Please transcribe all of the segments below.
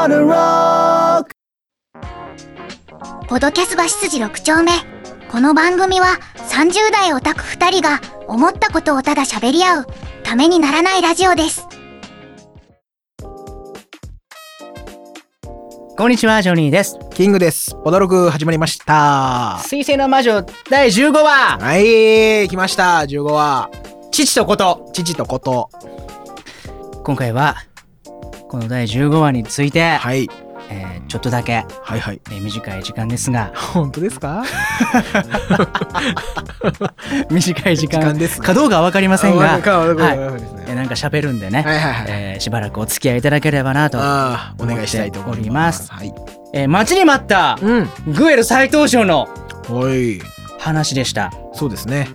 on a rock。 ポドキャスバ執事6丁目。この番組は30代オタク2人が思ったことをただ喋り合うためにならないラジオです。 こんにちは、ジョニーです。 キングです。ポドログ始まりました。 水星の魔女第15話。 はい、来ました。15話。 父とこと。 父とこと。 今回はこの第15話について、 はい、 ちょっとだけ、 はいはい、 短い時間ですが。 本当ですか？ 短い時間ですかどうかは分かりませんが、なんか喋るんでね、しばらくお付き合いいただければなとお願いしたいと思います。はい、 待ちに待った、グエル再登場の話でした。 そうですね。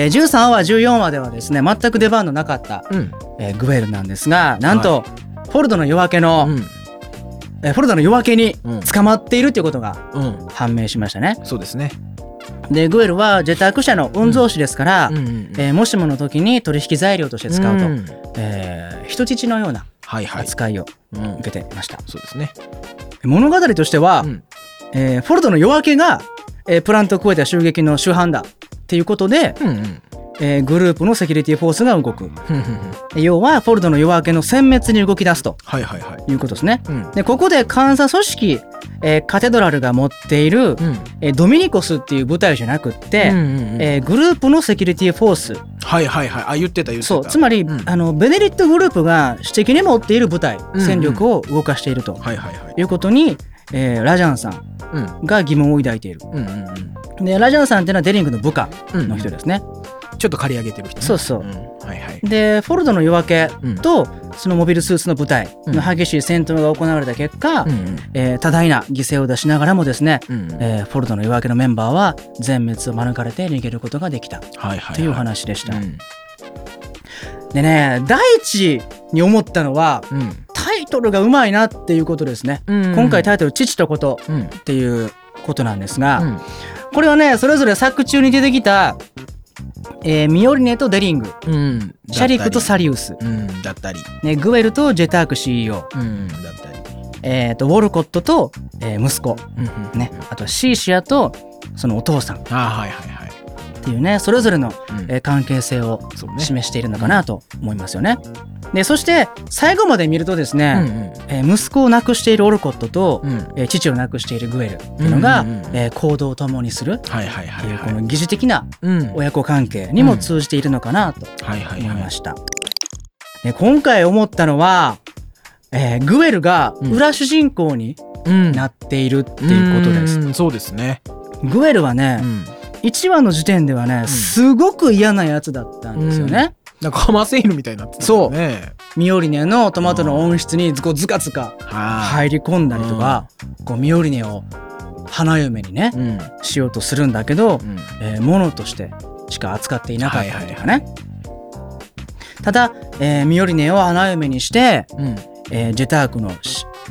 13話14話ではですね、全く出番のなかった、グエルなんですが、なんと、フォルドの夜明けの、フォルドの夜明けに捕まっているということが判明しましたね。 そうですね。 でグエルはジェターク社の御曹司ですから、もしもの時に取引材料として使うと、人質のような扱いを受けていました。 そうですね。 物語としては、フォルドの夜明けが、プラントクエタ襲撃の主犯だっていうことで、グループのセキュリティフォースが動く。要はフォルドの夜明けの殲滅に動き出すということですね。でここで監査組織、カテドラルが持っている、ドミニコスっていう部隊じゃなくって、グループのセキュリティフォース、 言ってた。 そう、つまり、ベネリットグループが私的に持っている部隊、戦力を動かしているということに、ラジャンさんが疑問を抱いている。でラジャンさんっていうのはデリングの部下の人ですね。 ちょっと借り上げてる人ね。そうそう。 でフォルドの夜明けとそのモビルスーツの部隊の激しい戦闘が行われた結果、多大な犠牲を出しながらもですね、フォルドの夜明けのメンバーは全滅を免れて逃げることができたというお話でした。でね、第一に思ったのは、タイトルがうまいなっていうことですね。今回タイトル父とことっていうことなんですが、これはね、それぞれ作中に出てきたミオリネとデリング、シャリクとサリウス、 だったり、 グエルとジェターク CEO、だったり、ウォルコットと、息子、あとシーシアとそのお父さんっていうね、それぞれの、関係性を示しているのかなと思いますよね。でそして最後まで見るとですね、息子を亡くしているオルコットと、父を亡くしているグエルっていうのが、行動を共にするっていうこの疑似的な親子関係にも通じているのかなと思いました。で今回思ったのは、グエルが裏主人公になっているっていうことです。 そうですね。 グエルはね、1話の時点ではね、すごく嫌なやつだったんですよね。 なんかハマセイルみたいになってたよね。 そう、ミオリネのトマトの温室にこうズカズカ入り込んだりとか、こうミオリネを花嫁にね、しようとするんだけど、物としてしか扱っていなかったりとかね。ただ、ミオリネを花嫁にして、ジェタークの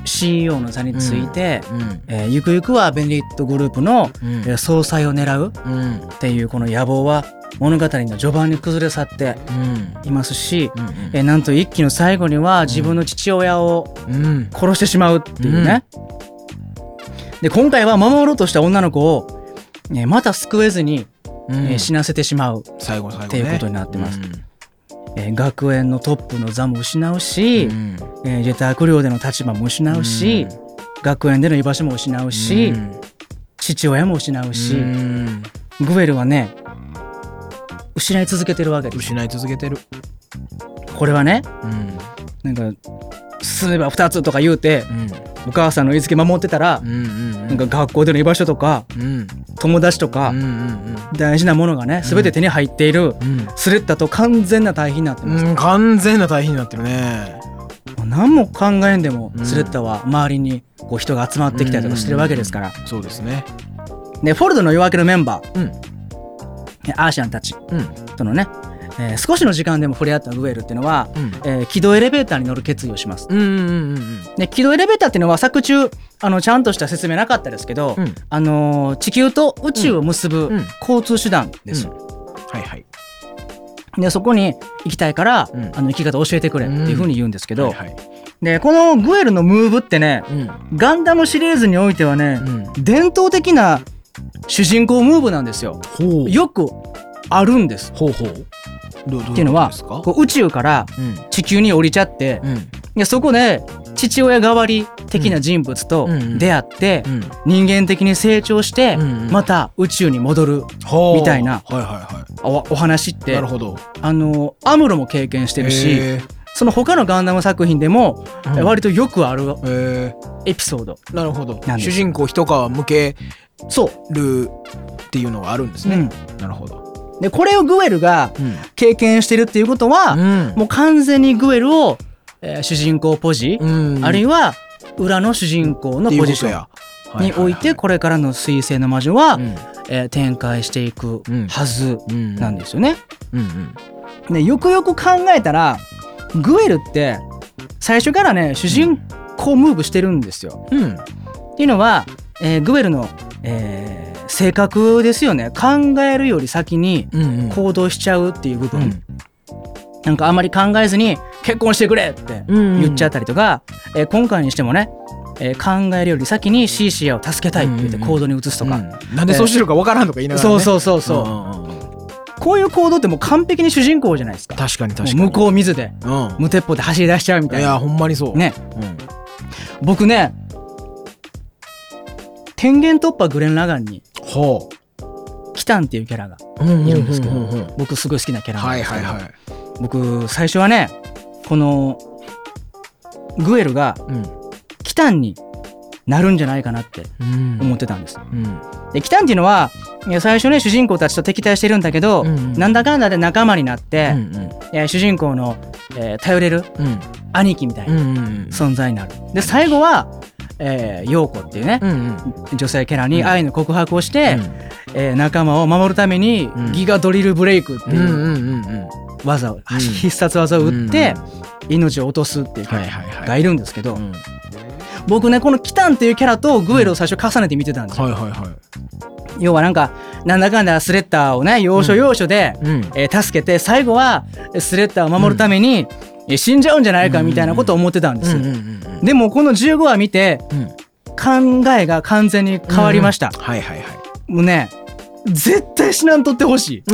CEO の座について、ゆくゆくはベネリットグループの、総裁を狙うっていうこの野望は物語の序盤に崩れ去っていますし、なんと一期の最後には自分の父親を殺してしまうっていうね。で今回は守ろうとした女の子を、また救えずに、死なせてしまうっていうことになってます。学園のトップの座も失うし、ジェターク寮での立場も失うし、学園での居場所も失うし、父親も失うし、グエルはね失い続けてるわけです。 失い続けてる。 これはね、なんか進めば2つとか言うて、お母さんの言いつけ守ってたら、なんか学校での居場所とか、友達とか、大事なものがね全て手に入っているスレッタと完全な対比になってます。 完全な対比になってるね。 何も考えんでもスレッタは周りにこう人が集まってきたりとかしてるわけですから。 そうですね。 でフォルドの夜明けのメンバー、アーシャンたちとのね、少しの時間でも触れ合ったグエルっていうのは、軌道エレベーターに乗る決意をします。で軌道エレベーターっていうのは作中ちゃんとした説明なかったですけど、地球と宇宙を結ぶ交通手段です。でそこに行きたいから、行き方教えてくれっていうふうに言うんですけど、 でこのグエルのムーブってね、ガンダムシリーズにおいてはね、伝統的な主人公ムーブなんですよ。よくあるんです。っていうのはこう宇宙から地球に降りちゃって、でそこで父親代わり的な人物と出会って、人間的に成長して、また宇宙に戻るみたいなお話って、アムロも経験してるし、その他のガンダム作品でも割とよくあるエピソードなんです。 主人公一皮向けるっていうのがあるんですね。なるほど。 でこれをグエルが経験してるっていうことは、もう完全にグエルを、主人公ポジ、あるいは裏の主人公のポジションにおいてこれからの水星の魔女は、展開していくはずなんですよね。でよくよく考えたらグエルって最初からね主人公ムーブしてるんですよ。っていうのは、グエルの、性格ですよね。考えるより先に行動しちゃうっていう部分、なんかあんまり考えずに結婚してくれって言っちゃったりとか、今回にしてもね、考えるより先にシーシアを助けたいって言って行動に移すとか、 なんでそうしてるか分からんとか言いながらね。 そうこういう行動ってもう完璧に主人公じゃないですか。 確かに向こう見ずで、無鉄砲で走り出しちゃうみたいな。 いやほんまにそうね。僕ね天元突破グレン・ラガンにキタンっていうキャラがいるんですけど、僕すごい好きなキャラなんですけど、僕最初はねこのグエルがキタンになるんじゃないかなって思ってたんです。でキタンっていうのは最初ね主人公たちと敵対してるんだけど、なんだかんだで仲間になって、主人公の、頼れる、兄貴みたいな存在になる。で最後は陽子っていうね、女性キャラに愛の告白をして、仲間を守るためにギガドリルブレイクっていう技を、必殺技を打って命を落とすっていうキャラがいるんですけど、僕ねこのキタンっていうキャラとグエルを最初重ねて見てたんですよ。要はなんだかんだスレッターをね要所要所で、助けて最後はスレッターを守るために、死んじゃうんじゃないかみたいなことを思ってたんですよ。でもこの15話見て、考えが完全に変わりました。もうね絶対死なんとってほしい。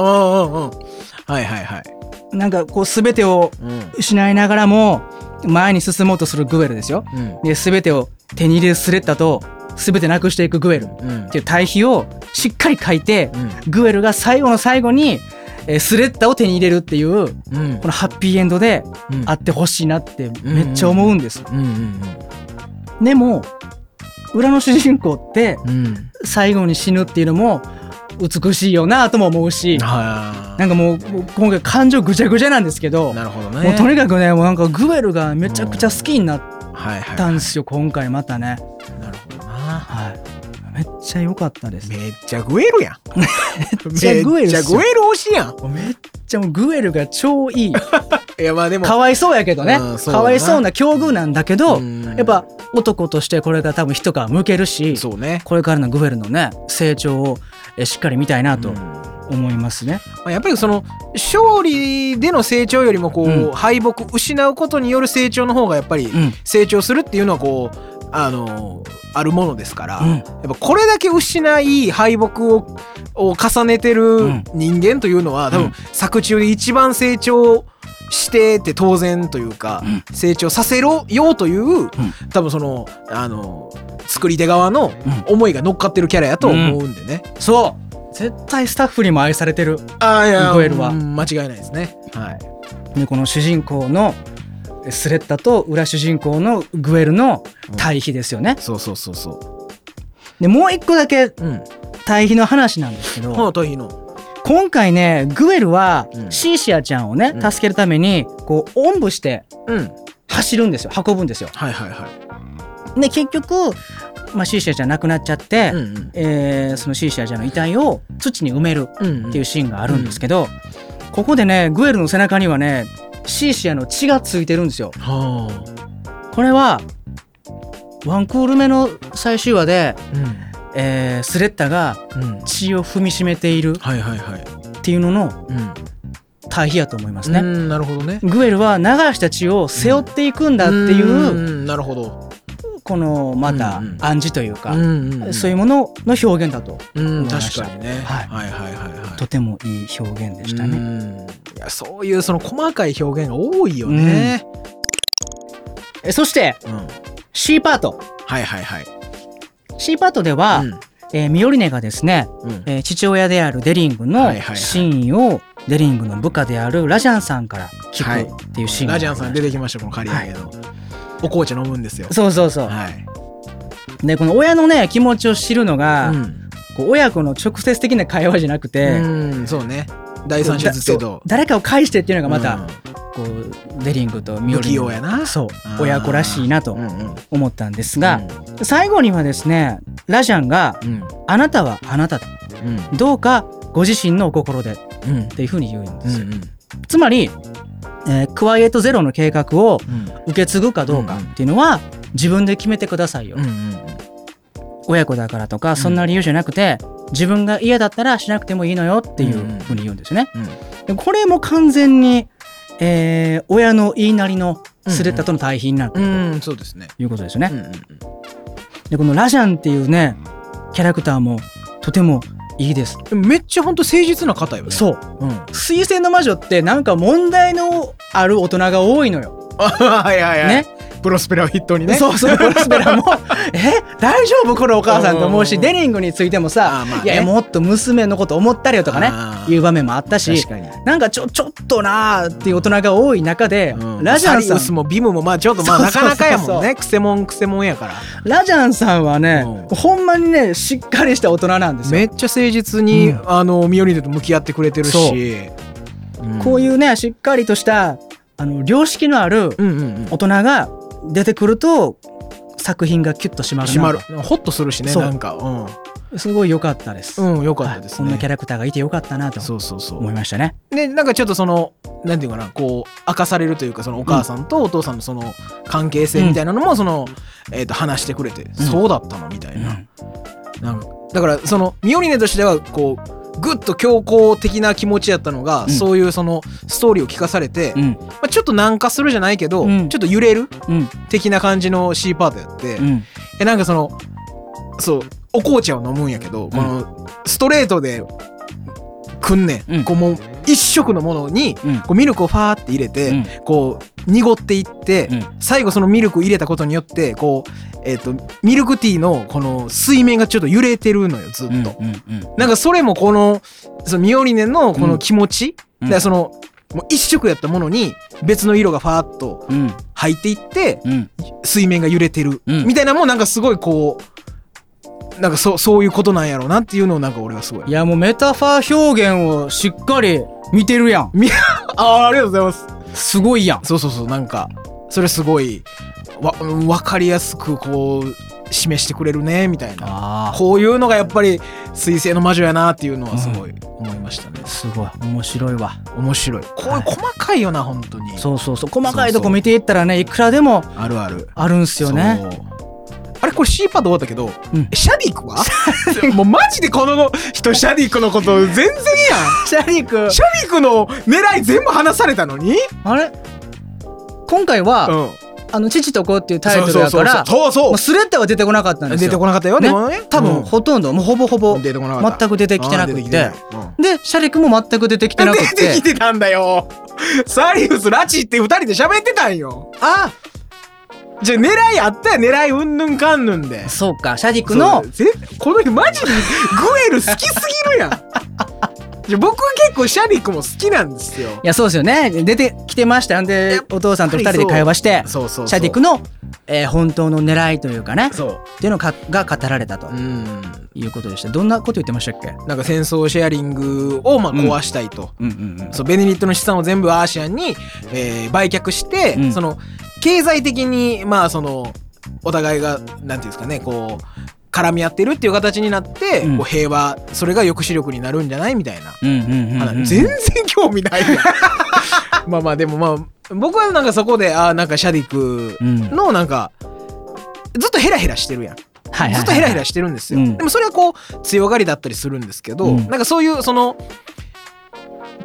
なんかこう全てを失いながらも前に進もうとするグエルですよ。で全てを手に入れるスレッタと全てなくしていくグエルっていう対比をしっかり書いて、グエルが最後の最後にスレッタを手に入れるっていう、このハッピーエンドであってほしいなってめっちゃ思うんです。でも裏の主人公って最後に死ぬっていうのも美しいよなとも思うし、なんかもう今回感情ぐちゃぐちゃなんですけど、もうとにかくねもうなんかグエルがめちゃくちゃ好きになったんですよ、今回またね。 なるほどな。 めっちゃ良かったです。 めっちゃグエルやん。 めっちゃグエル推しやん。 めっちゃもうグエルが超いい。 いやまあでもかわいそうやけどね、かわいそうな境遇なんだけど、やっぱ男としてこれから多分一皮向けるし、これからのグエルのね成長をしっかり見たいなと思いますね。 やっぱりその勝利での成長よりもこう、敗北失うことによる成長の方がやっぱり成長するっていうのはこうあるものですから、やっぱこれだけ失い敗北を重ねてる人間というのは、多分作中で一番成長してって当然というか、成長させようという、多分その作り手側の思いが乗っかってるキャラやと思うんでね。 そう絶対スタッフにも愛されてるグエルは間違いないですね。 でこの主人公のスレッタと裏主人公のグエルの対比ですよね。でもう一個だけ対比の話なんですけど、今回ねグエルはシーシアちゃんをね助けるためにこうおんぶして走るんですよ、運ぶんですよ。で結局、シーシアちゃん亡くなっちゃって、そのシーシアちゃんの遺体を土に埋めるっていうシーンがあるんですけど、ここでねグエルの背中にはねシーシアの血がついてるんですよ。これはワンクール目の最終話で、スレッタが血を踏みしめているっていうのの対比やと思いますね。 なるほどね。 グエルは流した血を背負っていくんだっていう、 なるほど。 このまた暗示というか、そういうものの表現だと思いました。 確かにね、はいはいはいはい、 とてもいい表現でしたね。 いや、そういうその細かい表現が多いよね。 そして、C パート。 はいはいはい。 C パートでは、ミオリネがですね、父親であるデリングの真意をデリングの部下であるラジャンさんから聞くっていうシーンが、 ラジャンさん出てきました。この刈り上げの、お紅茶飲むんですよ。 そうそうそう、でこの親のね気持ちを知るのが、こう親子の直接的な会話じゃなくて、 そうね、第三者制度、 誰かを介してっていうのがまた、こうデリングとミオリネ、そう親子らしいなと思ったんですが、最後にはですねラジャンが、あなたはあなただ、どうかご自身のお心で、っていうふうに言うんですよ。つまり、クワイエットゼロの計画を受け継ぐかどうかっていうのは自分で決めてくださいよ、親子だからとかそんな理由じゃなくて、自分が嫌だったらしなくてもいいのよっていうふうに言うんですね。でこれも完全に、親の言いなりのスレッタとの対比になるということですね。でこのラジャンっていうねキャラクターもとてもいいです。 めっちゃ本当誠実な方よね。 そう、水星の魔女ってなんか問題のある大人が多いのよ。 はいはいはい、ね、プロスペラを筆頭にね。 そうそう、プロスペラも大丈夫これお母さんと思うし、デリングについてもさ、いやもっと娘のこと思ったれよとかねいう場面もあったし、なんかちょっとなーっていう大人が多い中で、ラジャンさん、サリウスもビムもまあちょっとまあなかなかやもんね。クセモンやから。 ラジャンさんはね、ほんまにねしっかりした大人なんですよ。 めっちゃ誠実に、ミオリネと向き合ってくれてるし、 こういうねしっかりとした良識のある大人が出てくると作品がキュッと締まるホッとするしね。なんか、 すごい良かったです。 良かったですね。 こんなキャラクターがいて良かったなと思いましたね。 でなんかちょっとそのなんていうかな、こう明かされるというか、そのお母さんとお父さんのその関係性みたいなのもその、話してくれて、そうだったのみたいな。なんかだからそのミオリネとしてはこうぐっと強硬的な気持ちやったのが、そういうそのストーリーを聞かされて、ちょっと軟化するじゃないけど、ちょっと揺れる、的な感じの C パートやって、なんかそのそうお紅茶を飲むんやけど、このストレートでくんねん、こうもう一色のものにこうミルクをファーって入れて、こう濁っていって、最後そのミルクを入れたことによってこうミルクティーのこの水面がちょっと揺れてるのよずっと。なんかそれもこのミオリネのこの気持ち、だからそのもう一色やったものに別の色がファーッと入っていって、水面が揺れてるみたいなもん、なんかすごいこうなんかそういうことなんやろうなっていうのをなんか俺はすごい。 いやもうメタファー表現をしっかり見てるやん。 ありがとうございます。 すごいやん。 そうなんかそれすごい分かりやすくこう示してくれるねみたいな。こういうのがやっぱり水星の魔女やなっていうのはすごい思いましたね。 すごい面白いわ。 面白い。こういう細かいよな、本当に。 そう細かいとこ見ていったらね、いくらでもあるんすよね。 あれこれ C パート終わったけど、シャディクはもうマジでこの人シャディクのこと全然やん。 シャディクの狙い全部話されたのに、 あれ今回は、父と子っていうタイトルだからスレッタは出てこなかったんですよ。 出てこなかったよね。 多分ほとんどもうほぼ全く出てきてなくて、でシャリクも全く出てきてなくて。 出てきてたんだよ。サリウスラチって2人で喋ってたんよ。じゃあ狙いあったよ。狙いうんぬんかんぬんで。 そうか、シャディクのこの人マジでグエル好きすぎるやん。僕結構シャディクも好きなんですよ。 いやそうですよね。出てきてましたんで、お父さんと2人で会話してシャディクの、本当の狙いというかね、っていうのが語られたということでした。どんなこと言ってましたっけ？ なんか戦争シェアリングを壊したいと。ベネディットの資産を全部アーシアンに、売却して、その経済的にまあそのお互いがなんていうんですかね、こう絡み合ってるっていう形になって、こう平和、それが抑止力になるんじゃないみたいな。全然興味ない。まあでもまあ僕はなんかそこでなんかシャディクのなんかずっとヘラヘラしてるやん。ずっとヘラヘラしてるんですよ。でもそれはこう強がりだったりするんですけど、なんかそういうその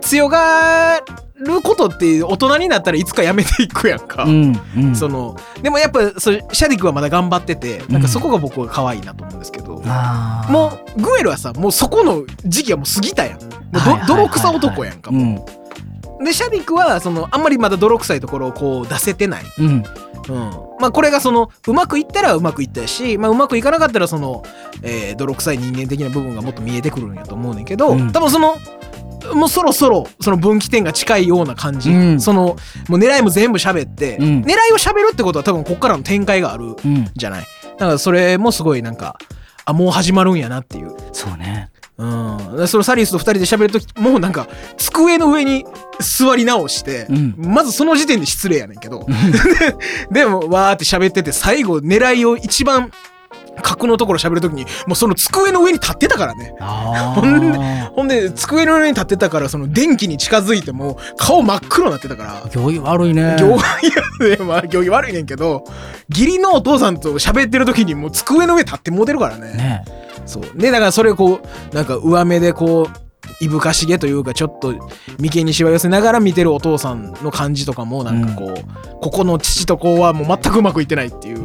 強がることって大人になったらいつかやめていくやんか、そのでもやっぱシャディクはまだ頑張ってて、なんかそこが僕は可愛いなと思うんですけど、もうグエルはさ、もうそこの時期はもう過ぎたやん。もう泥臭男やんか、もう。でシャディクはそのあんまりまだ泥臭いところをこう出せてない、まあこれがそのうまくいったらうまくいったし、まあうまくいかなかったらその、泥臭い人間的な部分がもっと見えてくるんやと思うねんけど、多分そのもうそろそろその分岐点が近いような感じ、そのもう狙いも全部喋って、狙いを喋るってことは多分こっからの展開があるじゃない、だからそれもすごいなんかもう始まるんやなっていう。 そうね。 そのサリウスと2人で喋るときもうなんか机の上に座り直して、まずその時点で失礼やねんけどでもわーって喋ってて、最後狙いを一番角のところ喋るときにもうその机の上に立ってたからね。ほんで机の上に立ってたから、その電気に近づいても顔真っ黒になってたから、 行儀悪いね。 行儀悪いねんけど、義理のお父さんと喋ってる時にもう机の上立ってモテるからね。そうで、だからそれをこうなんか上目でこういぶかしげというか、ちょっと眉間にしわ寄せながら見てるお父さんの感じとかもなんかこう、ここの父と子はもう全くうまくいってないっていう、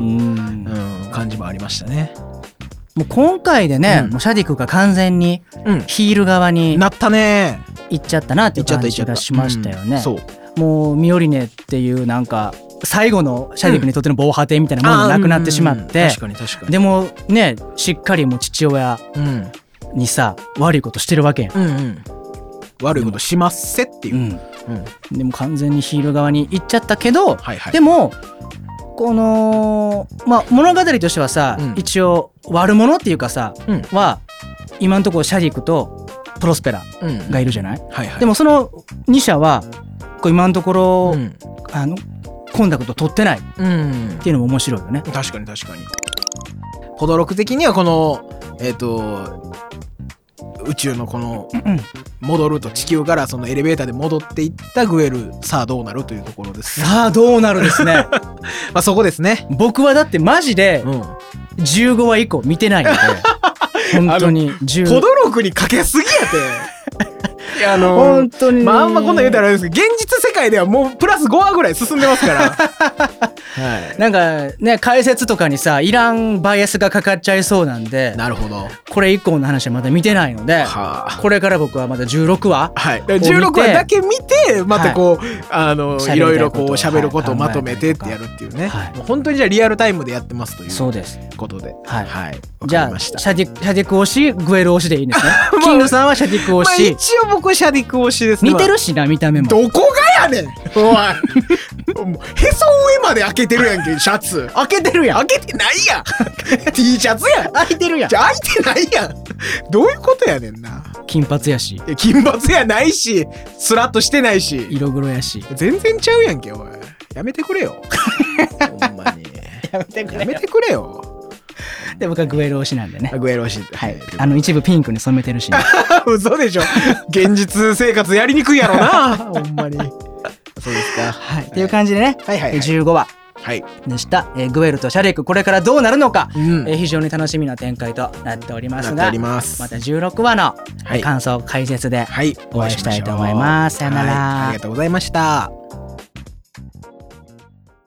感じもありましたね。 もう今回でね、もうシャディクが完全にヒール側になったね、 行っちゃったなっていう感じがしましたよね。 そうもうミオリネっていうなんか最後のシャディクにとっての防波堤みたいなものがなくなってしまって、 確かに確かに。 でもね、しっかりもう父親にさ、悪いことしてるわけやん、 悪いことしますせっていう、 でも完全にヒール側に行っちゃったけど、でもこのまあ物語としてはさ、一応悪者っていうかさ、は今のところシャディクとプロスペラがいるじゃない、でもその2社はこう今のところ、コンタクト取ってないっていうのも面白いよね。 確かに確かに。ポドロク的にはこの宇宙のこの戻ると、地球からそのエレベーターで戻っていったグエル、さあどうなるというところです。 さあどうなるですねまあそこですね。 僕はだってマジで15話以降見てないので本当にポドロクにかけすぎやて本当にまああんまこんな言うたらあれですけど、現実世界ではもうプラス5話ぐらい進んでますからなんかね、解説とかにさ、いらんバイアスがかかっちゃいそうなんで、 なるほど、 これ以降の話はまだ見てないので、これから僕はまだ16話、 16話だけ見て、またこういろいろこう喋ることをまとめてってやるっていうね、もう本当にじゃあリアルタイムでやってますということで、 じゃあシャディク推し、グエル推しでいいんですねキングさんはシャディク推し、 一応僕はシャディク推しですね。 似てるしな、見た目も。 どこがやねんおいへそ上まで開けてるやんけ、シャツ開けてるやん。 開けてないやんT シャツやん、 開いてるやん。 じゃ開いてないやんどういうことやねんな。 金髪やし、 金髪やないし、スラッとしてないし、 色黒やし、 全然ちゃうやんけ。おいやめてくれよほんまにやめてくれよで、僕はグエル推しなんでね。 グエル推し、 一部ピンクに染めてるし、ね、 嘘でしょ現実生活やりにくいやろなほんまに。そうですか。 っていう感じでね、15話でした、グエルとシャディク、これからどうなるのか、非常に楽しみな展開となっておりますが、また16話の感想解説でお会いしたいと思います。さよなら。 ありがとうございました。